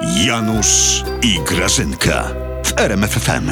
Janusz i Grażynka w RMF FM.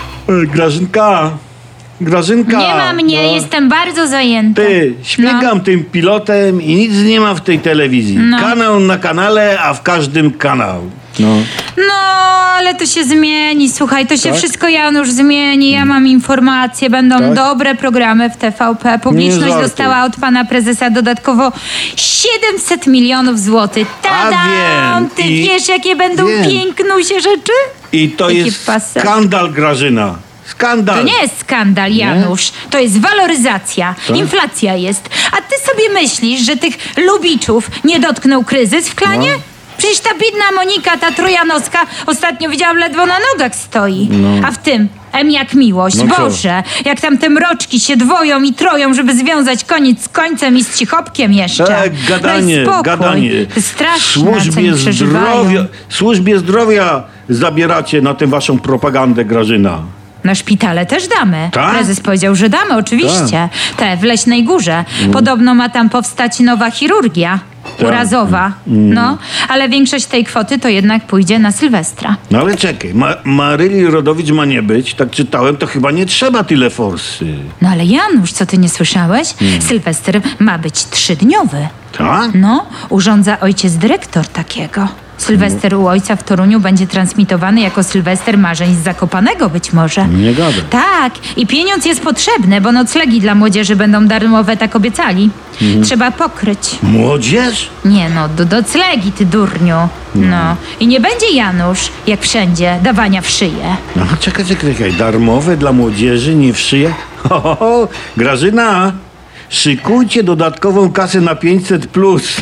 Grażynka. Nie ma mnie, jestem bardzo zajęta. Ty, śmigam tym pilotem i nic nie ma w tej telewizji. Kanał na kanale, a w każdym kanał. No, ale to się zmieni, słuchaj, to się Tak? wszystko, Janusz, zmieni. Ja mam informacje, będą dobre programy w TVP. Publiczność żartuj. dostała od pana prezesa dodatkowo 700 milionów złotych. Tada! wiem. Ty I wiesz, jakie będą wiem. pięknusie rzeczy? I to Jaki jest pasek. skandal, Grażyna. Skandal. To nie jest skandal, Janusz. To jest waloryzacja. Inflacja jest. A ty sobie myślisz, że tych lubiczów nie dotknął kryzys w klanie? Przecież ta biedna Monika, ta trojanowska, ostatnio widziałam, ledwo na nogach stoi. A w tym M jak miłość. No co? Boże, jak tam te mroczki się dwoją i troją, żeby związać koniec z końcem i z cichopkiem jeszcze. Tak, gadanie, Daj spokój. gadanie. To straszne, co oni przeżywają. Służbie zdrowia zabieracie na tę waszą propagandę, Grażyna. Na szpitale też damy. Tak? Prezes powiedział, że damy, oczywiście. Te w Leśnej Górze. Podobno ma tam powstać nowa chirurgia urazowa. No, ale większość tej kwoty to jednak pójdzie na Sylwestra. No ale czekaj, Maryli Rodowicz ma nie być, tak czytałem, to chyba nie trzeba tyle forsy. No ale Janusz, co ty nie słyszałeś? Sylwester ma być 3-dniowy. Tak? No, urządza ojciec dyrektor takiego. Sylwester u ojca w Toruniu będzie transmitowany jako Sylwester marzeń z Zakopanego być może. Nie gadaj. Tak, i pieniądz jest potrzebny, bo noclegi dla młodzieży będą darmowe, tak obiecali. Trzeba pokryć. Młodzież? Nie no, noclegi, ty durniu. No. I nie będzie, Janusz, jak wszędzie, dawania w szyję. No czekaj, darmowe dla młodzieży, nie w szyję? Ho, Grażyna, szykujcie dodatkową kasę na 500+.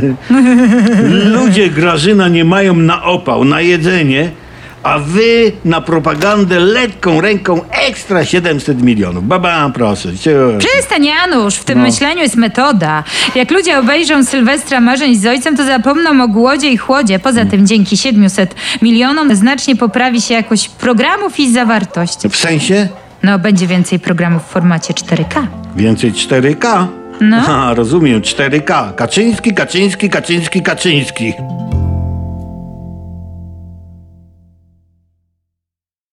Ludzie, Grażyna, nie mają na opał, na jedzenie, a wy na propagandę lekką ręką ekstra 700 milionów. Baba, proszę. Przestań, Janusz, w tym myśleniu jest metoda. Jak ludzie obejrzą Sylwestra marzeń z ojcem, to zapomną o głodzie i chłodzie. Poza tym dzięki 700 milionom znacznie poprawi się jakość programów i zawartość. W sensie? No, będzie więcej programów w formacie 4K. Więcej 4K? No. Rozumiem, 4K. Kaczyński.